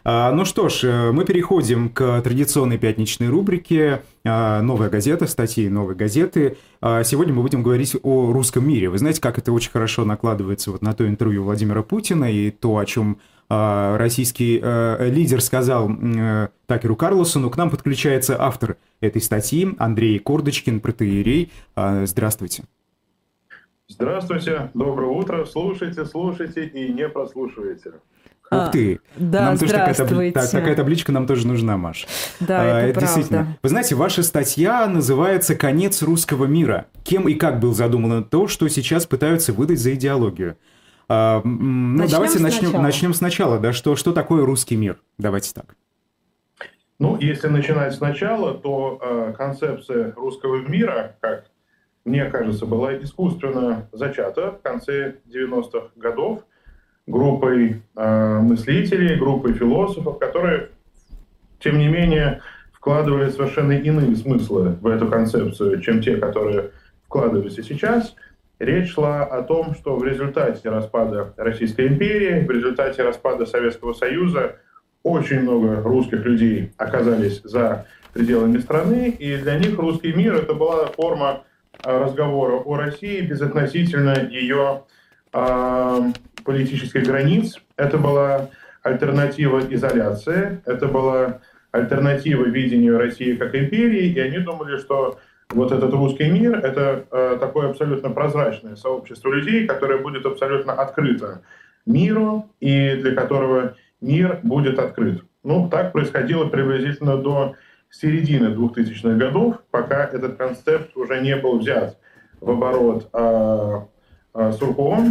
Ну что ж, мы переходим к традиционной пятничной рубрике «Новая газета», статьи «Новой газеты». Сегодня мы будем говорить о русском мире. Вы знаете, как это очень хорошо накладывается вот на то интервью Владимира Путина и то, о чем российский лидер сказал Такеру Карлсону. К нам подключается автор этой статьи Андрей Кордочкин, протоиерей. Здравствуйте. Здравствуйте, доброе утро. Слушайте и не прослушивайте. Ух ты! Да, нам тоже здравствуйте. такая табличка нам тоже нужна, Маш. Да, это правда. Действительно. Вы знаете, ваша статья называется «Конец русского мира». Кем и как было задумано то, что сейчас пытаются выдать за идеологию? Давайте начнем сначала. Да, что такое русский мир? Давайте так. Если начинать сначала, то концепция русского мира, как мне кажется, была искусственно зачата в конце 90-х годов группой мыслителей, группой философов, которые, тем не менее, вкладывали совершенно иные смыслы в эту концепцию, чем те, которые вкладываются сейчас. Речь шла о том, что в результате распада Российской империи, в результате распада Советского Союза очень много русских людей оказались за пределами страны, и для них русский мир — это была форма разговора о России безотносительно ее политических границ. Это была альтернатива изоляции, это была альтернатива видению России как империи, и они думали, что вот этот русский мир — это такое абсолютно прозрачное сообщество людей, которое будет абсолютно открыто миру и для которого мир будет открыт. Так происходило приблизительно до середины 2000-х годов, пока этот концепт уже не был взят в оборот Сурковым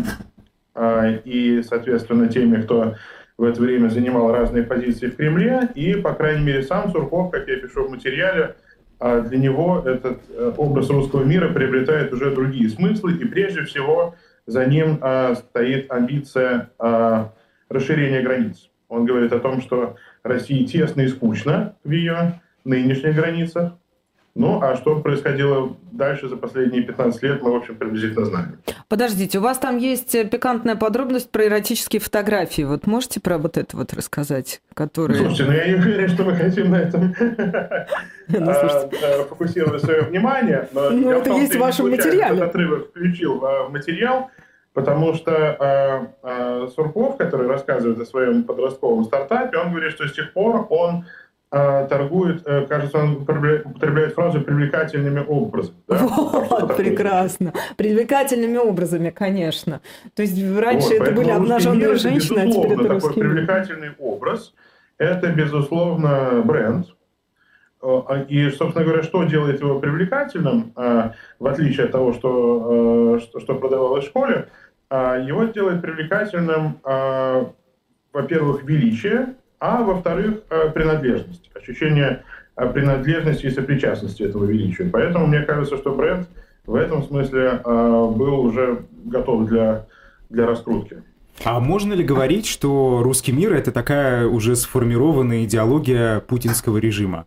и, соответственно, теми, кто в это время занимал разные позиции в Кремле. И, по крайней мере, сам Сурков, как я пишу в материале, для него этот образ русского мира приобретает уже другие смыслы, и прежде всего за ним стоит амбиция расширения границ. Он говорит о том, что России тесно и скучно в ее нынешних границах. А что происходило дальше за последние 15 лет, мы, в общем, приблизительно знаем. Подождите, у вас там есть пикантная подробность про эротические фотографии. Вот можете про вот это вот рассказать? Слушайте, я не уверен, что мы хотим на этом фокусировать свое внимание. Но это есть в вашем материале. Этот отрывок включил в материал, потому что Сурков, который рассказывает о своем подростковом стартапе, он говорит, что с тех пор он торгует, кажется, он употребляет фразу «привлекательными образами». Да? Вот, прекрасно. Привлекательными образами, конечно. То есть раньше это были обнаженные женщины, а теперь это русский мир. Привлекательный образ – это, безусловно, бренд. И, собственно говоря, что делает его привлекательным, в отличие от того, что продавалось в школе, его делает привлекательным, во-первых, величие, а во-вторых, принадлежность, ощущение принадлежности и сопричастности этого величия. Поэтому мне кажется, что бренд в этом смысле был уже готов для раскрутки. А можно ли говорить, что русский мир — это такая уже сформированная идеология путинского режима?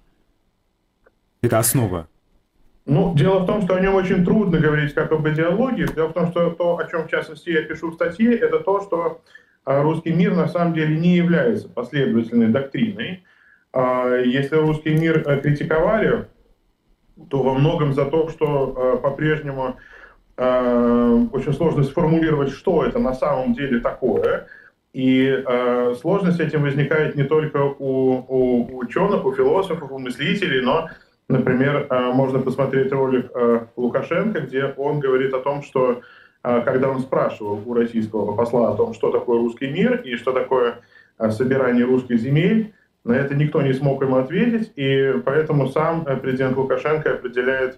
Это основа? Дело в том, что о нем очень трудно говорить как об идеологии. Дело в том, что то, о чем в частности я пишу в статье, это то, что русский мир на самом деле не является последовательной доктриной. Если русский мир критиковали, то во многом за то, что по-прежнему очень сложно сформулировать, что это на самом деле такое. И сложность с этим возникает не только у ученых, у философов, у мыслителей, но, например, можно посмотреть ролик Лукашенко, где он говорит о том, что когда он спрашивал у российского посла о том, что такое русский мир и что такое собирание русских земель, на это никто не смог ему ответить, и поэтому сам президент Лукашенко определяет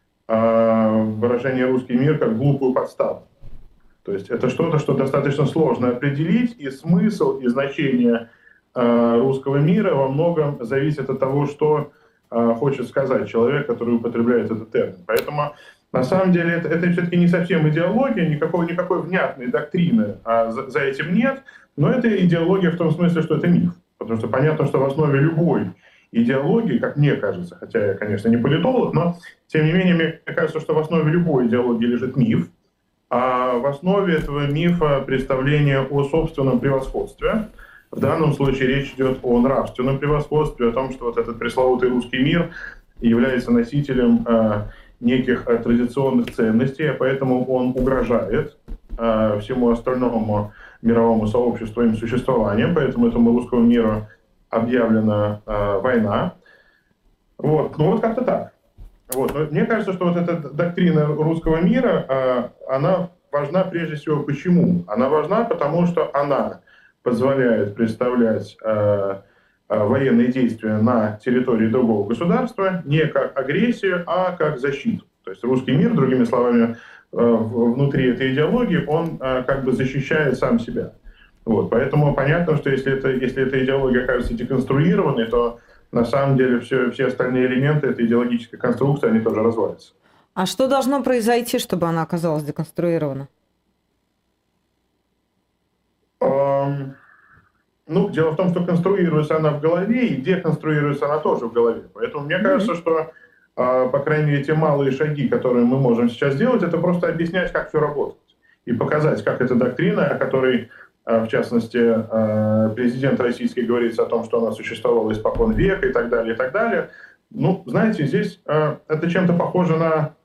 выражение «русский мир» как глупую подставу. То есть это что-то, что достаточно сложно определить, и смысл и значение русского мира во многом зависит от того, что хочет сказать человек, который употребляет этот термин. Поэтому на самом деле это все-таки не совсем идеология, никакой внятной доктрины за этим нет, но это идеология в том смысле, что это миф. Потому что понятно, что в основе любой идеологии, как мне кажется, хотя я, конечно, не политолог, но тем не менее мне кажется, что в основе любой идеологии лежит миф, а в основе этого мифа представление о собственном превосходстве, В данном случае речь идет о нравственном превосходстве, о том, что вот этот пресловутый русский мир является носителем неких традиционных ценностей, поэтому он угрожает всему остальному мировому сообществу своим существованием, поэтому этому русскому миру объявлена война. Вот. Ну вот как-то так. Вот. Но мне кажется, что вот эта доктрина русского мира, она важна прежде всего почему? Она важна, потому что она позволяет представлять военные действия на территории другого государства не как агрессию, а как защиту. То есть русский мир, другими словами, внутри этой идеологии, он как бы защищает сам себя. Вот. Поэтому понятно, что если эта идеология окажется деконструированной, то на самом деле все остальные элементы этой идеологической конструкции, они тоже развалятся. А что должно произойти, чтобы она оказалась деконструирована? Ну, дело в том, что конструируется она в голове, и деконструируется она тоже в голове. Поэтому мне кажется, что, по крайней мере, те малые шаги, которые мы можем сейчас сделать, это просто объяснять, как все работает. И показать, как эта доктрина, о которой, в частности, президент российский говорит о том, что она существовала испокон века и так далее, и так далее. Ну, знаете, здесь это чем-то похоже на...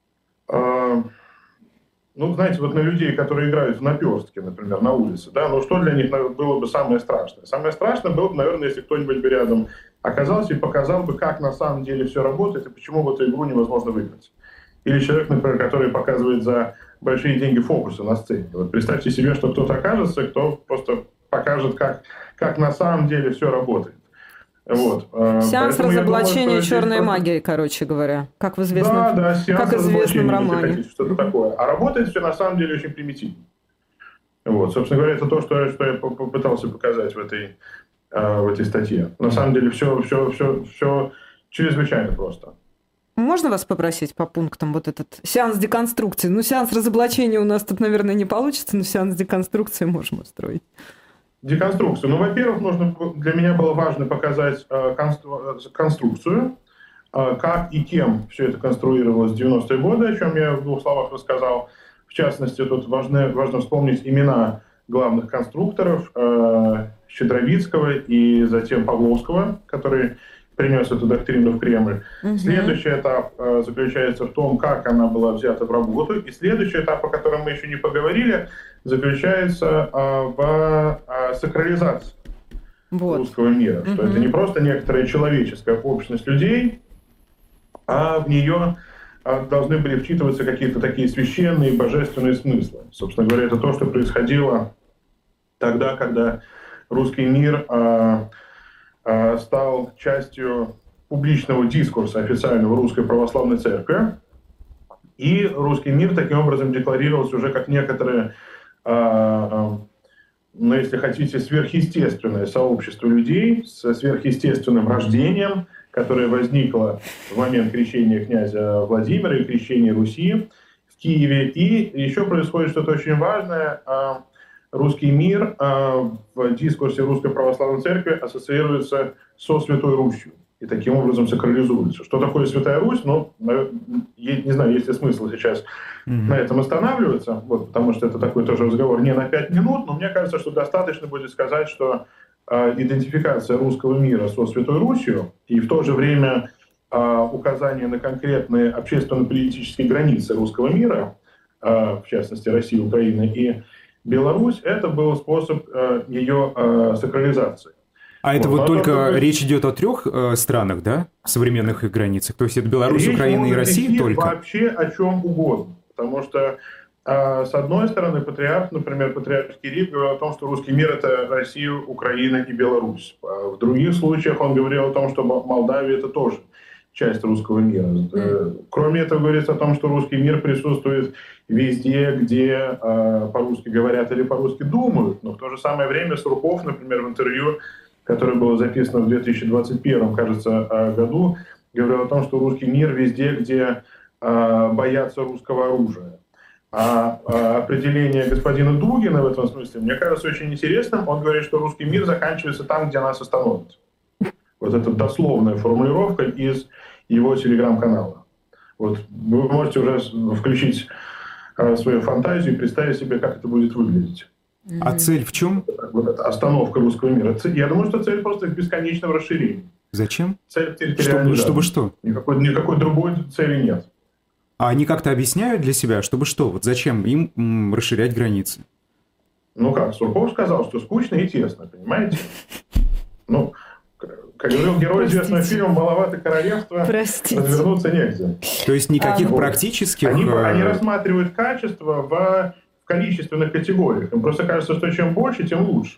Ну, знаете, вот на людей, которые играют в наперстки, например, на улице, да, ну что для них было бы самое страшное? Самое страшное было бы, наверное, если кто-нибудь бы рядом оказался и показал бы, как на самом деле все работает и почему в эту игру невозможно выиграть. Или человек, например, который показывает за большие деньги фокусы на сцене. Вот представьте себе, что кто-то окажется, кто просто покажет, как на самом деле все работает. Вот. Сеанс разоблачения черной магии, короче говоря, как в известном, как известном романе. Хотите, что-то такое. А работает все на самом деле очень примитивно. Вот. Собственно говоря, это то, что я попытался показать в этой статье. На самом деле все чрезвычайно просто. Можно вас попросить по пунктам вот этот сеанс деконструкции? Ну, сеанс разоблачения у нас тут, наверное, не получится, но сеанс деконструкции можем устроить. Деконструкцию. Ну, во-первых, для меня было важно показать конструкцию, как и кем все это конструировалось в 90-е годы, о чем я в двух словах рассказал. В частности, тут важно вспомнить имена главных конструкторов Щедровицкого и затем Павловского, который принес эту доктрину в Кремль. Следующий этап заключается в том, как она была взята в работу. И следующий этап, о котором мы еще не поговорили, заключается в сакрализации русского мира. Что это не просто некоторая человеческая общность людей, а в нее должны были вчитываться какие-то такие священные, божественные смыслы. Собственно говоря, это то, что происходило тогда, когда русский мир стал частью публичного дискурса официального Русской Православной Церкви. И русский мир таким образом декларировался уже как некоторое, ну, если хотите, сверхъестественное сообщество людей с сверхъестественным рождением, которое возникло в момент крещения князя Владимира и крещения Руси в Киеве. И еще происходит что-то очень важное. Русский мир в дискурсе Русской Православной Церкви ассоциируется со Святой Русью и таким образом сакрализуется. Что такое Святая Русь? Ну, не знаю, есть ли смысл сейчас на этом останавливаться, вот, потому что это такой тоже разговор не на 5 минут, но мне кажется, что достаточно будет сказать, что идентификация русского мира со Святой Русью и в то же время указание на конкретные общественно-политические границы русского мира, в частности России, Украины и Беларусь, это был способ ее сакрализации. А это вот только речь идет о 3 странах, да, современных их границах? То есть это Беларусь, Украина и Россия только? Вообще о чем угодно. Потому что, с одной стороны, патриарх Кирилл говорил о том, что русский мир – это Россия, Украина и Беларусь. В других случаях он говорил о том, что Молдавия – это тоже часть русского мира. Кроме этого, говорится о том, что русский мир присутствует везде, где по-русски говорят или по-русски думают. Но в то же самое время Сурков, например, в интервью, которое было записано в 2021, кажется, году, говорил о том, что русский мир везде, где боятся русского оружия. А определение господина Дугина в этом смысле, мне кажется, очень интересным. Он говорит, что русский мир заканчивается там, где нас остановят. Вот это дословная формулировка из его телеграм-канала. Вот вы можете уже включить свою фантазию и представить себе, как это будет выглядеть. А цель в чем? Вот эта остановка русского мира. Я думаю, что цель просто в бесконечном расширении. Зачем? Цель территориальной Чтобы что? Никакой другой цели нет. А они как-то объясняют для себя, чтобы что? Вот зачем им расширять границы? Ну как, Сурков сказал, что скучно и тесно, понимаете? Ну, как говорил герой известного фильма «Маловато королевства», развернуться негде. То есть никаких практических... Они рассматривают качество в количественных категориях. Им просто кажется, что чем больше, тем лучше.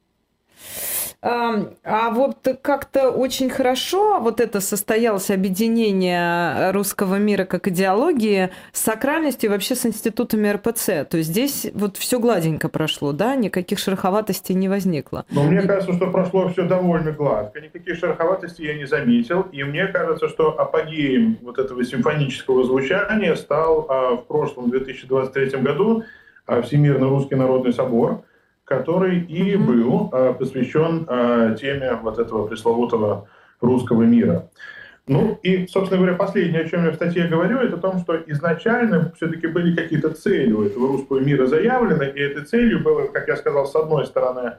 А вот как-то очень хорошо вот это состоялось объединение русского мира как идеологии с сакральностью и вообще с институтами РПЦ. То есть здесь вот все гладенько прошло, да, никаких шероховатостей не возникло. Но мне кажется, что прошло все довольно гладко, никаких шероховатостей я не заметил. И мне кажется, что апогеем вот этого симфонического звучания стал в прошлом 2023 году Всемирный русский народный собор, который и был посвящен теме вот этого пресловутого русского мира. Ну и, собственно говоря, последнее, о чем я в статье говорю, это о том, что изначально все-таки были какие-то цели у этого русского мира заявлены, и этой целью было, как я сказал, с одной стороны,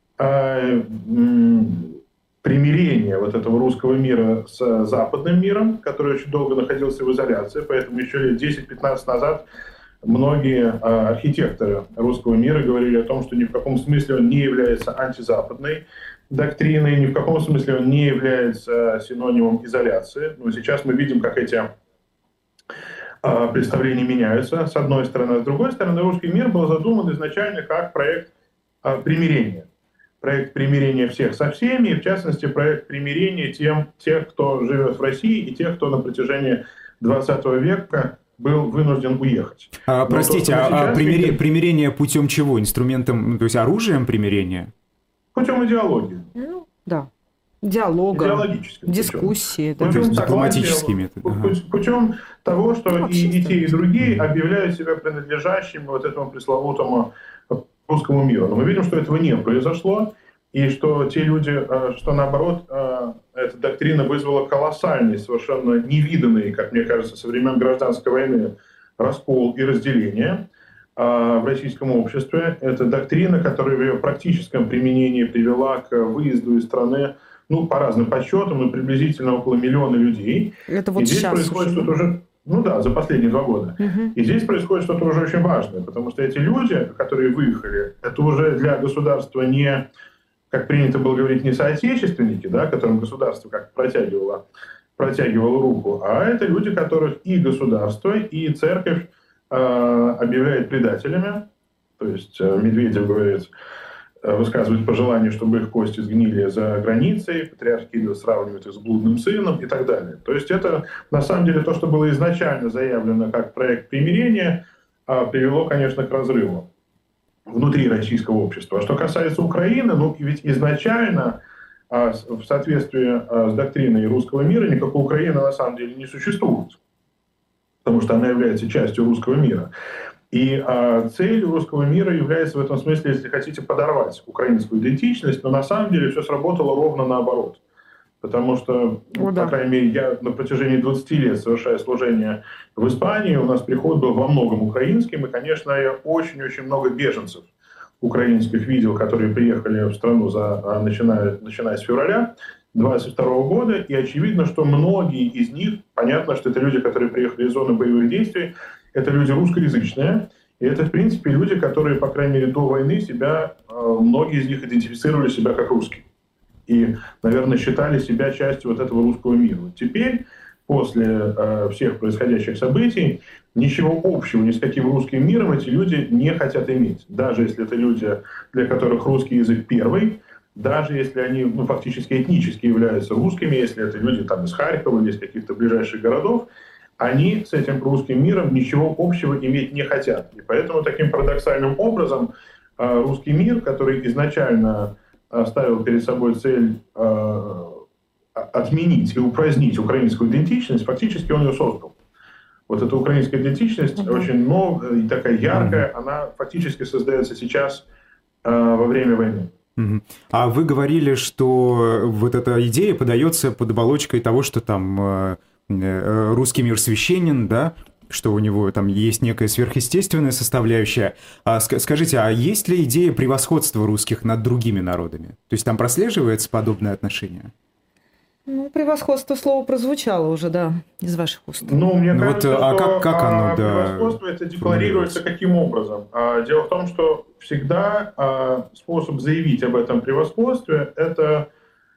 примирение вот этого русского мира с западным миром, который очень долго находился в изоляции, поэтому еще лет 10-15 назад многие архитекторы русского мира говорили о том, что ни в каком смысле он не является антизападной доктриной, ни в каком смысле он не является синонимом изоляции. Но сейчас мы видим, как эти представления меняются, с одной стороны. С другой стороны, русский мир был задуман изначально как проект примирения. Проект примирения всех со всеми, и в частности, проект примирения тех, кто живет в России, и тех, кто на протяжении 20 века был вынужден уехать. Простите, примирение путем чего? Инструментом, то есть оружием примирения? Путем идеологии. Ну, да. Диалога, дискуссии. Да. То есть дипломатические методы. Путем того, что и те, и другие объявляют себя принадлежащими вот этому пресловутому русскому миру. Но мы видим, что этого не произошло, и что те люди, что наоборот, эта доктрина вызвала колоссальный, совершенно невиданный, как мне кажется, со времен гражданской войны раскол и разделение в российском обществе. Это доктрина, которая в ее практическом применении привела к выезду из страны, ну, по разным подсчетам, приблизительно около 1 миллиона людей. Это вот и здесь сейчас происходит что-то уже... Ну да, за последние 2 года. И здесь происходит что-то уже очень важное, потому что эти люди, которые выехали, это уже для государства не, как принято было говорить, не соотечественники, да, которым государство как протягивало руку, а это люди, которых и государство, и церковь объявляет предателями. То есть Медведев говорит, высказывает пожелание, чтобы их кости сгнили за границей, патриарх Кирилл сравнивает их с блудным сыном и так далее. То есть это, на самом деле, то, что было изначально заявлено как проект примирения, привело, конечно, к разрыву внутри российского общества. А что касается Украины, ну ведь изначально в соответствии с доктриной русского мира никакой Украины на самом деле не существует, потому что она является частью русского мира. И целью русского мира является в этом смысле, если хотите, подорвать украинскую идентичность, но на самом деле все сработало ровно наоборот. Потому что, по крайней мере, я на протяжении 20 лет, совершая служение в Испании, у нас приход был во многом украинским, и, конечно, я очень-очень много беженцев украинских видел, которые приехали в страну, начиная с февраля 2022 года, и очевидно, что многие из них, понятно, что это люди, которые приехали из зоны боевых действий, это люди русскоязычные, и это, в принципе, люди, которые, по крайней мере, до войны многие из них идентифицировали себя как русские. И, наверное, считали себя частью вот этого русского мира. Теперь, после всех происходящих событий, ничего общего ни с каким русским миром эти люди не хотят иметь. Даже если это люди, для которых русский язык первый, даже если они фактически этнически являются русскими, если это люди там, из Харькова или из каких-то ближайших городов, они с этим русским миром ничего общего иметь не хотят. И поэтому таким парадоксальным образом русский мир, который изначально ставил перед собой цель отменить и упразднить украинскую идентичность, фактически он ее создал. Вот эта украинская идентичность очень новая и такая яркая, она фактически создается сейчас во время войны. А вы говорили, что вот эта идея подается под оболочкой того, что там русский мир священен, да? что у него там есть некая сверхъестественная составляющая. Скажите, а есть ли идея превосходства русских над другими народами? То есть там прослеживается подобное отношение? Ну, превосходство слова прозвучало уже, да, из ваших уст. Ну, мне кажется, что как оно, превосходство это декларируется каким образом? Дело в том, что всегда способ заявить об этом превосходстве – это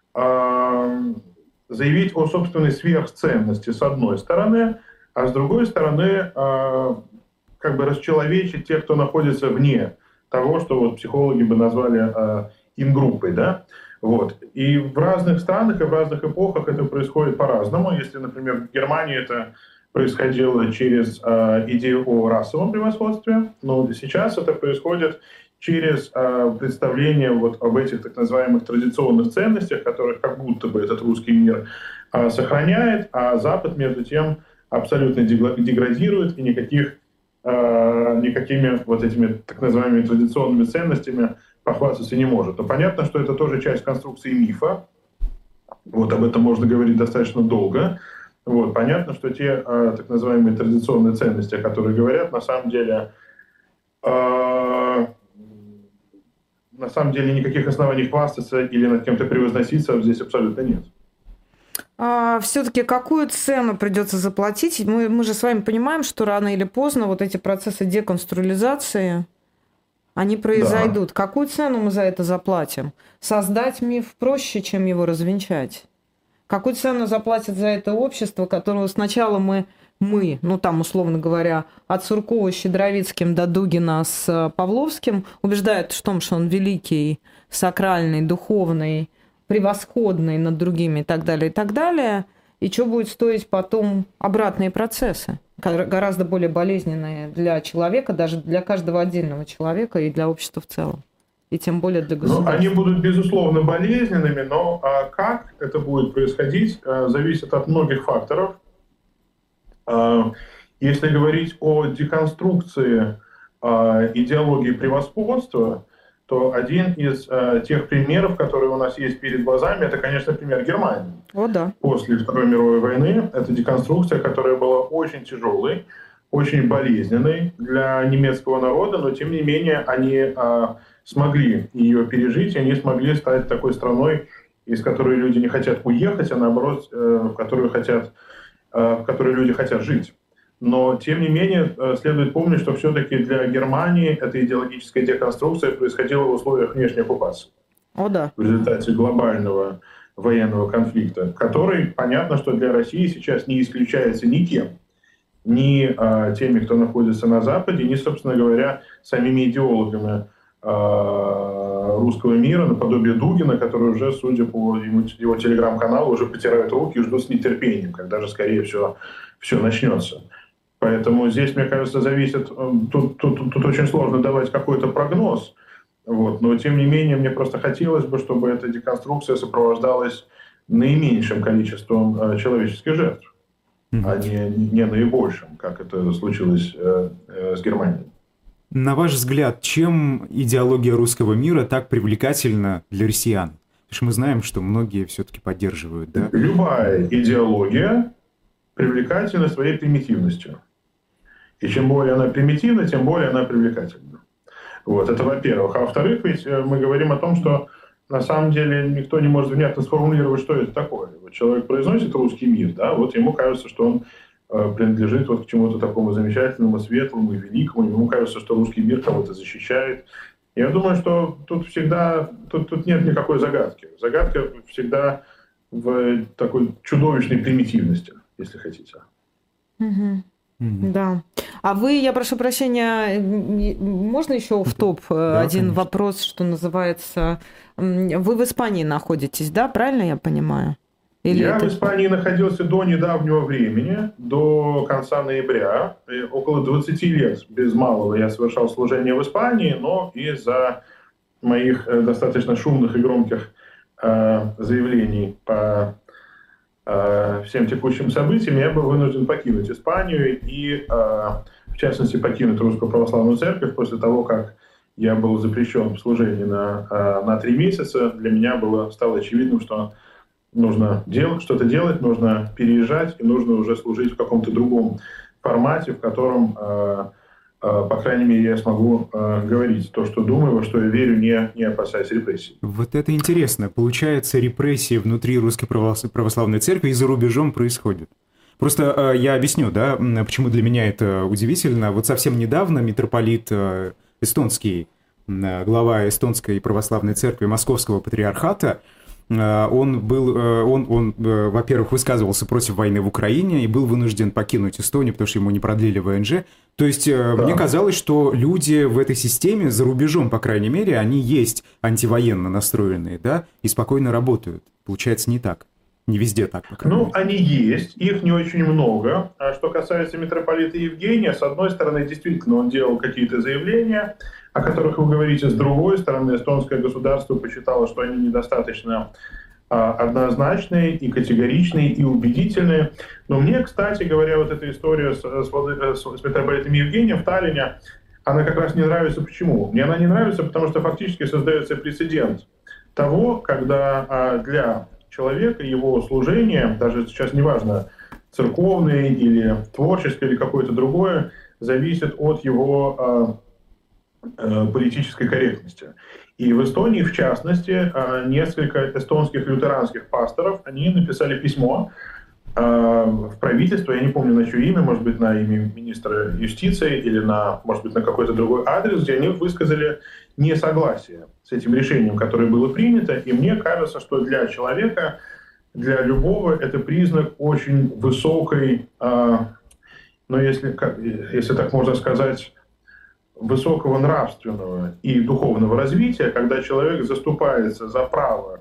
заявить о собственной сверхценности с одной стороны, а с другой стороны как бы расчеловечить тех, кто находится вне того, что вот психологи бы назвали ингруппой, да? Вот. И в разных странах и в разных эпохах это происходит по-разному. Если, например, в Германии это происходило через идею о расовом превосходстве, но сейчас это происходит через представление вот об этих так называемых традиционных ценностях, которых как будто бы этот русский мир сохраняет, а Запад, между тем, абсолютно деградирует и никакими вот этими так называемыми традиционными ценностями похвастаться не может. Но понятно, что это тоже часть конструкции мифа. Вот об этом можно говорить достаточно долго. Вот. Понятно, что те так называемые традиционные ценности, о которых говорят, на самом деле никаких оснований хвастаться или над кем-то превозноситься здесь абсолютно нет. Все-таки какую цену придется заплатить? Мы же с вами понимаем, что рано или поздно вот эти процессы деконструализации, они произойдут. Да. Какую цену мы за это заплатим? Создать миф проще, чем его развенчать. Какую цену заплатит за это общество, которого сначала мы, ну там, условно говоря, от Суркова с Щедровицким до Дугина с Павловским убеждают в том, что он великий, сакральный, духовный, превосходный над другими и так далее, и так далее. И что будет стоить потом обратные процессы, гораздо более болезненные для человека, даже для каждого отдельного человека и для общества в целом. И тем более для государства. Они будут, безусловно, болезненными, но как это будет происходить, зависит от многих факторов. Если говорить о деконструкции идеологии превосходства, то один из тех примеров, которые у нас есть перед глазами, это, конечно, пример Германии. О, да. После Второй мировой войны это деконструкция, которая была очень тяжелой, очень болезненной для немецкого народа, но тем не менее они смогли ее пережить, и они смогли стать такой страной, из которой люди не хотят уехать, а наоборот, в которой люди хотят жить. Но, тем не менее, следует помнить, что все-таки для Германии эта идеологическая деконструкция происходила в условиях внешней оккупации. О, да. В результате глобального военного конфликта, который, понятно, что для России сейчас не исключается никем. Ни теми, кто находится на Западе, ни, собственно говоря, самими идеологами русского мира, наподобие Дугина, который уже, судя по его телеграм-каналу, уже потирают руки и ждут с нетерпением, когда же, скорее всего, все начнется. Поэтому здесь, мне кажется, зависит... Тут очень сложно давать какой-то прогноз. Вот, но, тем не менее, мне просто хотелось бы, чтобы эта деконструкция сопровождалась наименьшим количеством человеческих жертв, а не наибольшим, как это случилось с Германией. На ваш взгляд, чем идеология русского мира так привлекательна для россиян? Потому что мы знаем, что многие все-таки поддерживают, да? Любая идеология привлекательна своей примитивностью. И чем более она примитивна, тем более она привлекательна. Вот, это во-первых. А во-вторых, ведь мы говорим о том, что на самом деле никто не может внятно сформулировать, что это такое. Вот человек произносит русский мир, да, вот ему кажется, что он принадлежит вот к чему-то такому замечательному, светлому и великому. Ему кажется, что русский мир кого-то защищает. Я думаю, что тут нет никакой загадки. Загадка всегда в такой чудовищной примитивности, если хотите. Да. А вы, я прошу прощения, можно еще в топ один конечно. Вопрос, что называется. Вы в Испании находитесь, да? Правильно я понимаю? Я в Испании находился до недавнего времени, до конца ноября. Около 20 лет без малого я совершал служение в Испании, но из-за моих достаточно шумных и громких заявлений по всем текущим событиям я был вынужден покинуть Испанию и, в частности, покинуть Русскую Православную Церковь после того, как я был запрещен в служении на 3 месяца. Для меня стало очевидным, что нужно что-то делать, нужно переезжать и нужно уже служить в каком-то другом формате, в котором, по крайней мере, я смогу говорить то, что думаю, во что я верю, не опасаясь репрессий. Вот это интересно. Получается, репрессии внутри Русской Православной Церкви и за рубежом происходят. Просто я объясню, да, почему для меня это удивительно. Вот совсем недавно митрополит эстонский, глава Эстонской Православной Церкви Московского Патриархата, он, во-первых, высказывался против войны в Украине и был вынужден покинуть Эстонию, потому что ему не продлили ВНЖ. То есть мне казалось, что люди в этой системе, за рубежом, по крайней мере, они есть антивоенно настроенные, да, и спокойно работают. Получается, не так. Не везде так, по крайней мере. Они есть, их не очень много. А что касается митрополита Евгения, с одной стороны, действительно, он делал какие-то заявления, о которых вы говорите. С другой стороны, эстонское государство посчитало, что они недостаточно однозначные и категоричные и убедительные. Но мне, кстати говоря, вот эта история с митрополитом Евгением в Таллине, она как раз не нравится. Почему? Мне она не нравится, потому что фактически создается прецедент того, когда для человека, его служение, даже сейчас неважно, церковное или творческое или какое-то другое, зависит от его политической корректности. И в Эстонии, в частности, несколько эстонских лютеранских пасторов, они написали письмо в правительство, я не помню на чье имя, может быть, на имя министра юстиции или может быть, на какой-то другой адрес, где они высказали несогласие с этим решением, которое было принято. И мне кажется, что для человека, для любого, это признак очень высокой, если так можно сказать, высокого нравственного и духовного развития, когда человек заступается за право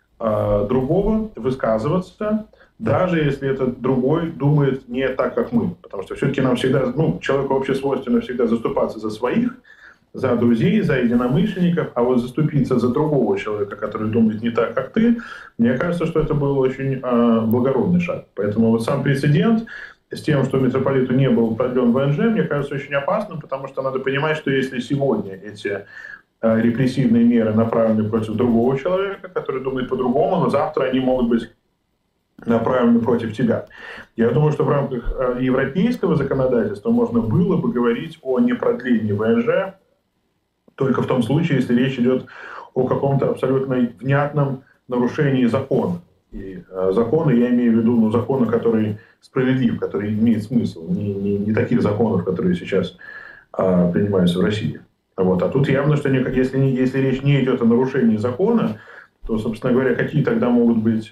другого высказываться, даже если этот другой думает не так, как мы. Потому что все-таки нам всегда, человеку вообще свойственно всегда заступаться за своих, за друзей, за единомышленников, а вот заступиться за другого человека, который думает не так, как ты, мне кажется, что это был очень благородный шаг. Поэтому вот сам прецедент с тем, что митрополиту не был продлен ВНЖ, мне кажется очень опасным, потому что надо понимать, что если сегодня эти репрессивные меры направлены против другого человека, который думает по-другому, но завтра они могут быть направлены против тебя. Я думаю, что в рамках европейского законодательства можно было бы говорить о непродлении ВНЖ только в том случае, если речь идет о каком-то абсолютно внятном нарушении закона. И законы, я имею в виду, закона, который справедлив, который имеет смысл, не таких законов, которые сейчас принимаются в России. Вот. А тут явно, что если речь не идет о нарушении закона, то, собственно говоря, какие тогда могут быть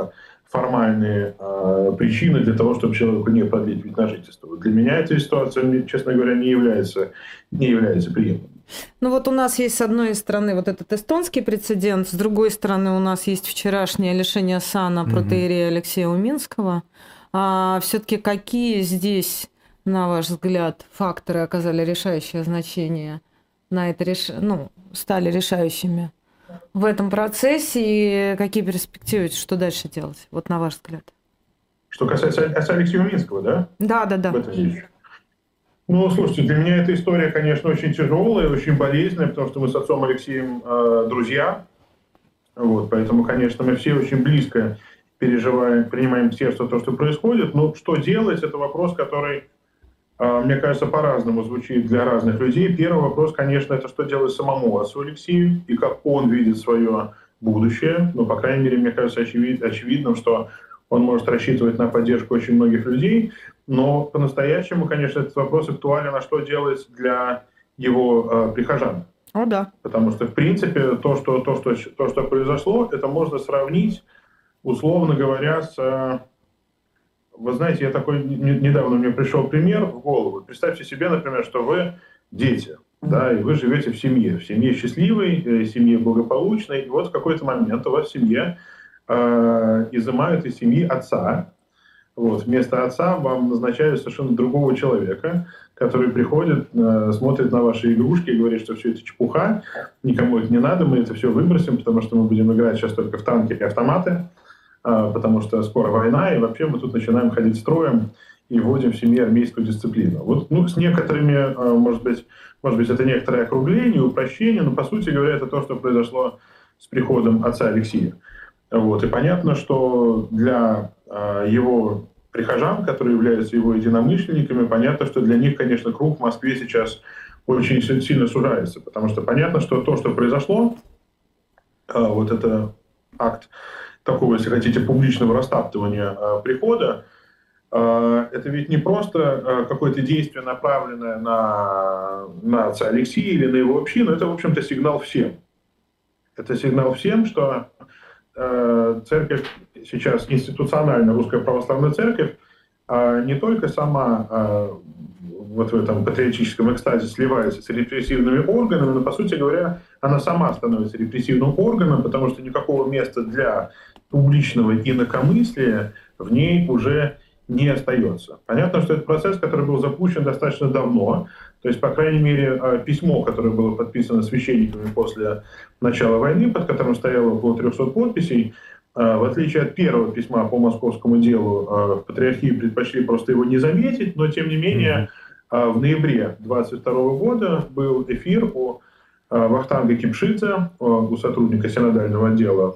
формальные причины для того, чтобы человеку не продлить вид на жительство? Вот для меня эта ситуация, честно говоря, не является приемлемой. У нас есть с одной стороны вот этот эстонский прецедент, с другой стороны у нас есть вчерашнее лишение сана протоиерея Алексея Уминского. Все-таки какие здесь, на ваш взгляд, факторы оказали решающее значение на это стали решающими в этом процессе, и какие перспективы, что дальше делать, вот на ваш взгляд? Что касается отца Алексея Уминского, да? Да. В этом речь. Слушайте, для меня эта история, конечно, очень тяжелая, очень болезненная, потому что мы с отцом Алексеем друзья. Вот, поэтому, конечно, мы все очень близко принимаем в сердце то, что происходит. Но что делать, это вопрос, который, мне кажется, по-разному звучит для разных людей. Первый вопрос, конечно, это что делать самому отцу Алексею и как он видит свое будущее. По крайней мере, мне кажется очевидным, что он может рассчитывать на поддержку очень многих людей. Но по-настоящему, конечно, этот вопрос актуален, а что делать для его прихожан. Да. Потому что, в принципе, то, что произошло, это можно сравнить, условно говоря, Вы знаете, недавно мне пришел пример в голову. Представьте себе, например, что вы дети, да, и вы живете в семье счастливой, в семье благополучной, и вот в какой-то момент у вас в семье изымают из семьи отца. Вот. Вместо отца вам назначают совершенно другого человека, который приходит, смотрит на ваши игрушки и говорит, что все это чепуха, никому это не надо, мы это все выбросим, потому что мы будем играть сейчас только в танки и автоматы, потому что скоро война, и вообще мы тут начинаем ходить строем и вводим в семье армейскую дисциплину. Вот, с некоторыми, может быть, это некоторое округление, упрощение, но, по сути говоря, это то, что произошло с приходом отца Алексея. Вот. И понятно, что для его прихожан, которые являются его единомышленниками, понятно, что для них, конечно, круг в Москве сейчас очень сильно сужается, потому что понятно, что то, что произошло, вот это акт такого, если хотите, публичного растаптывания прихода, это ведь не просто какое-то действие, направленное на отца Алексея или на его общину, это, в общем-то, сигнал всем. Это сигнал всем, что церковь сейчас, институционально русская православная церковь, не только сама вот в этом патриотическом экстазе сливается с репрессивными органами, но, по сути говоря, она сама становится репрессивным органом, потому что никакого места для публичного инакомыслия в ней уже не остается. Понятно, что это процесс, который был запущен достаточно давно, то есть, по крайней мере, письмо, которое было подписано священниками после начала войны, под которым стояло около 300 подписей, в отличие от первого письма по московскому делу, в патриархии предпочли просто его не заметить, но, тем не менее, в ноябре 22 года был эфир у Вахтанга Кипшидзе, у сотрудника синодального отдела,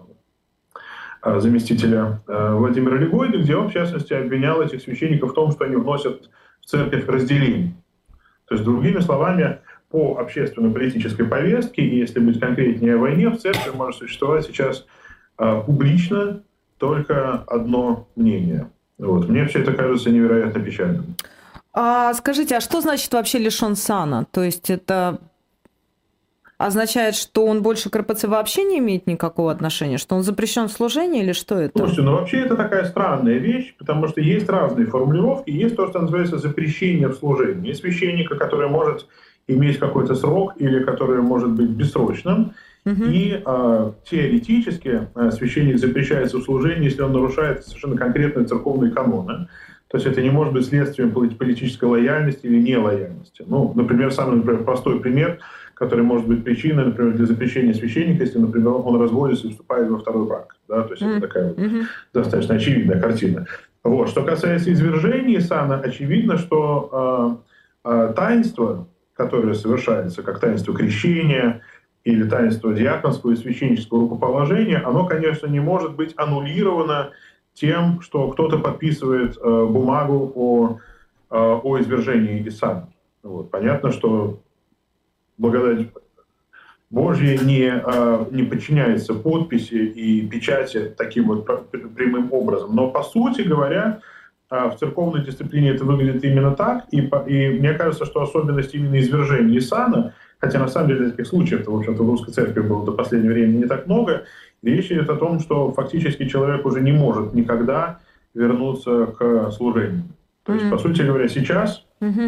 заместителя Владимира Легойды, где он, в частности, обвинял этих священников в том, что они вносят в церковь разделение. То есть, другими словами, по общественно-политической повестке, и если быть конкретнее о войне, в церкви может существовать сейчас публично только одно мнение. Вот. Мне все это кажется невероятно печальным. Скажите, а что значит вообще лишен сана? То есть это означает, что он больше к РПЦ вообще не имеет никакого отношения? Что он запрещен в служении или что это? Слушайте, вообще это такая странная вещь, потому что есть разные формулировки. Есть то, что называется запрещение в служении. Есть священника, который может иметь какой-то срок или который может быть бессрочным. И теоретически священник запрещается в служении, если он нарушает совершенно конкретные церковные каноны. То есть это не может быть следствием политической лояльности или нелояльности. Например, самый простой пример, который может быть причиной, например, для запрещения священника, если, например, он разводится и вступает во второй брак. Да? То есть это такая достаточно очевидная картина. Вот. Что касается извержения сана, очевидно, что таинство, которое совершается, как таинство крещения или таинство диаконского и священнического рукоположения, оно, конечно, не может быть аннулировано тем, что кто-то подписывает бумагу о извержении из сана. Вот. Понятно, что благодать Божья не подчиняется подписи и печати таким вот прямым образом. Но, по сути говоря, в церковной дисциплине это выглядит именно так. И мне кажется, что особенность именно извержения сана, хотя на самом деле таких случаев, в общем-то, в русской церкви было до последнего времени не так много, речь идет о том, что фактически человек уже не может никогда вернуться к служению. То есть, по сути говоря, сейчас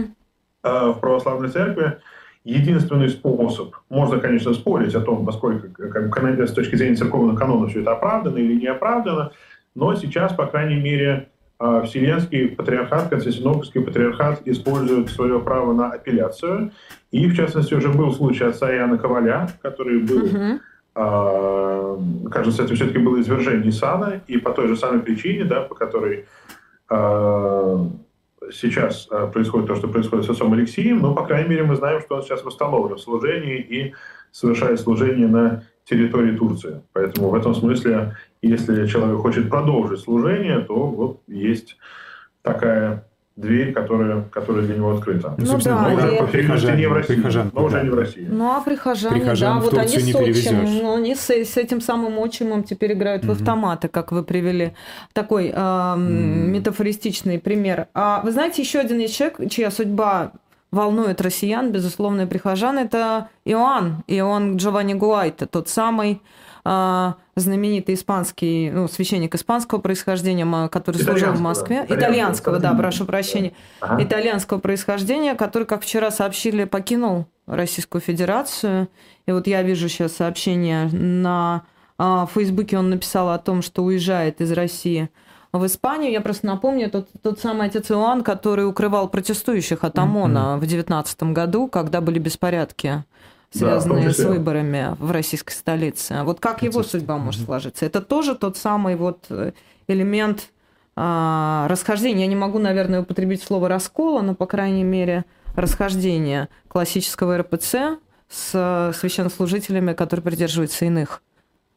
в православной церкви единственный способ, можно, конечно, спорить о том, насколько с точки зрения церковного канона все это оправдано или не оправдано, но сейчас, по крайней мере, Вселенский патриархат, Константинопольский патриархат использует свое право на апелляцию. И, в частности, уже был случай отца Иоанна Коваля, который был, кажется, это все-таки было извержение сана, и по той же самой причине, да, по которой сейчас происходит то, что происходит с отцом Алексеем, но, по крайней мере, мы знаем, что он сейчас восстановлен в служении и совершает служение на территории Турции. Поэтому в этом смысле, если человек хочет продолжить служение, то вот есть такая дверь, которая для него открыта. Ну да, но уже не в России. Но уже не в России. Ну а прихожане, да, вот они с отчимом, но они с этим самым отчимом теперь играют в автоматы, как вы привели. Такой метафористичный пример. А вы знаете, еще один есть человек, чья судьба волнует россиян, безусловно, и прихожан, это Иоанн Джованни Гуайта, тот самый знаменитый испанский, священник испанского происхождения, который служил в Москве. Итальянского, да, прошу прощения. Итальянского происхождения, который, как вчера сообщили, покинул Российскую Федерацию. И вот я вижу сейчас сообщение на Фейсбуке, он написал о том, что уезжает из России в Испанию. Я просто напомню, тот самый отец Иоанн, который укрывал протестующих от ОМОНа в 19 году, когда были беспорядки, связанные с выборами в российской столице. Вот как его судьба может сложиться? Это тоже тот самый вот элемент расхождения. Я не могу, наверное, употребить слово раскола, но, по крайней мере, расхождения классического РПЦ с священнослужителями, которые придерживаются иных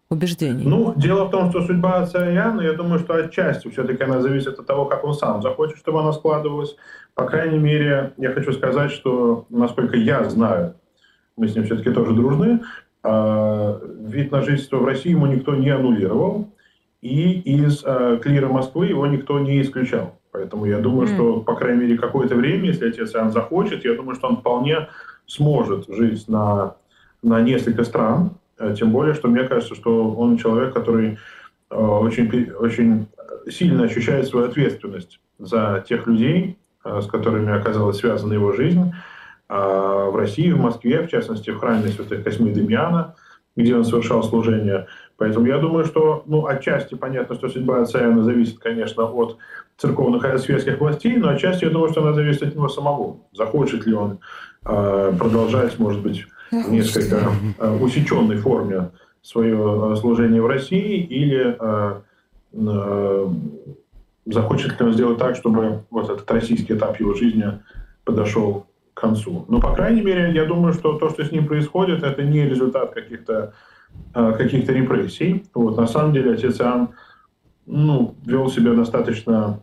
убеждений? Ну, дело в том, что судьба отца Иоанна, я думаю, что отчасти все-таки она зависит от того, как он сам захочет, чтобы она складывалась. По крайней мере, я хочу сказать, что, насколько я знаю, мы с ним все-таки тоже дружны, вид на жительство в России ему никто не аннулировал, и из клира Москвы его никто не исключал. Поэтому я думаю, что, по крайней мере, какое-то время, если отец Иоанн захочет, я думаю, что он вполне сможет жить на несколько стран. Тем более, что мне кажется, что он человек, который очень сильно ощущает свою ответственность за тех людей, с которыми оказалась связана его жизнь в России, в Москве, в частности, в храме святых Косьмы и Демьяна, где он совершал служение. Поэтому я думаю, что, отчасти понятно, что судьба отца Иоанна зависит, конечно, от церковных и светских властей, но отчасти я думаю, что она зависит от него самого. Захочет ли он продолжать, может быть, в несколько усеченной форме свое служение в России, или захочет ли он сделать так, чтобы вот этот российский этап его жизни подошел к концу. Но, по крайней мере, я думаю, что то, что с ним происходит, это не результат каких-то репрессий. Вот, на самом деле, отец Иоанн вел себя достаточно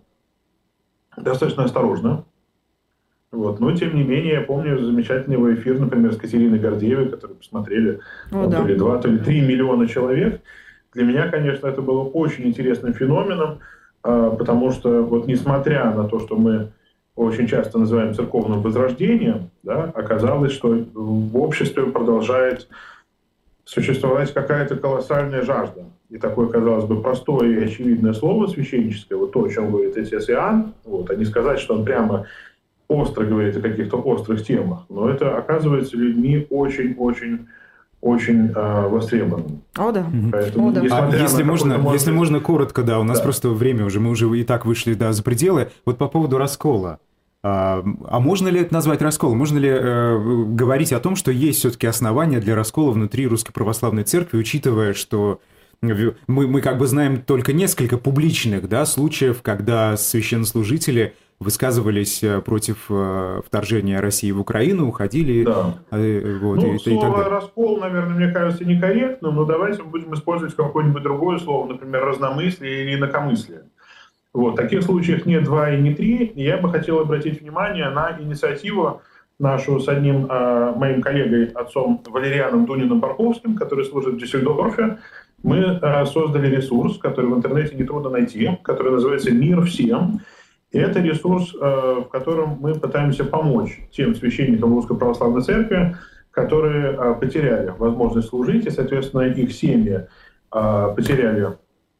осторожно. Вот. Но, тем не менее, я помню замечательный его эфир, например, с Катериной Гордеевой, который посмотрели то ли 2, то ли 3 миллиона человек. Для меня, конечно, это было очень интересным феноменом, потому что, вот, несмотря на то, что мы очень часто называем церковным возрождением, да, оказалось, что в обществе продолжает существовать какая-то колоссальная жажда. И такое, казалось бы, простое и очевидное слово священническое, вот то, о чем говорит отец Иоанн, а не сказать, что он прямо остро говорит о каких-то острых темах, но это оказывается людьми очень-очень востребованным. Поэтому, если можно коротко, у нас просто время уже, мы уже и так вышли за пределы. Вот по поводу раскола. А можно ли это назвать расколом? Можно ли говорить о том, что есть все-таки основания для раскола внутри Русской Православной Церкви, учитывая, что мы как бы знаем только несколько публичных случаев, когда священнослужители высказывались против вторжения России в Украину, уходили. Да. Слово «раскол», наверное, мне кажется некорректным, но давайте мы будем использовать какое-нибудь другое слово, например, разномыслие или инакомыслие. Вот. Таких случаев не 2 и не 3. Я бы хотел обратить внимание на инициативу нашу с одним моим коллегой, отцом Валерианом Дуниным-Барковским, который служит в Дюссельдорфе. Мы создали ресурс, который в интернете нетрудно найти, который называется «Мир всем». И это ресурс, в котором мы пытаемся помочь тем священникам Русской Православной Церкви, которые потеряли возможность служить, и, соответственно, их семьи потеряли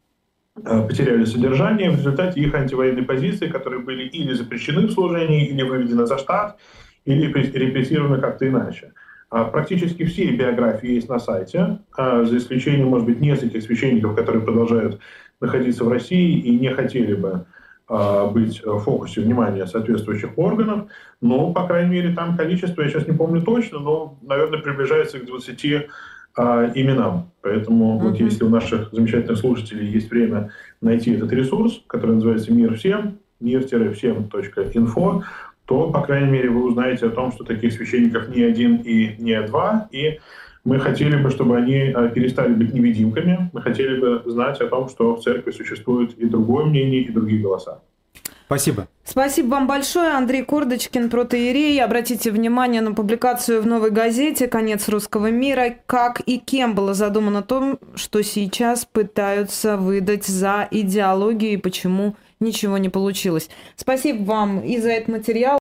содержание в результате их антивоенной позиции, которые были или запрещены в служении, или выведены за штат, или репрессированы как-то иначе. Практически все биографии есть на сайте, за исключением, может быть, нескольких священников, которые продолжают находиться в России и не хотели бы быть в фокусе внимания соответствующих органов, но, по крайней мере, там количество, я сейчас не помню точно, но, наверное, приближается к 20 именам. Поэтому вот если у наших замечательных слушателей есть время найти этот ресурс, который называется «Мир всем», мир-всем.info, то, по крайней мере, вы узнаете о том, что таких священников не 1 и не 2, и мы хотели бы, чтобы они перестали быть невидимками, мы хотели бы знать о том, что в церкви существует и другое мнение, и другие голоса. Спасибо. Спасибо вам большое, Андрей Кордочкин, протоиерей. Обратите внимание на публикацию в «Новой газете» «Конец русского мира», как и кем было задумано то, что сейчас пытаются выдать за идеологию и почему ничего не получилось. Спасибо вам и за этот материал.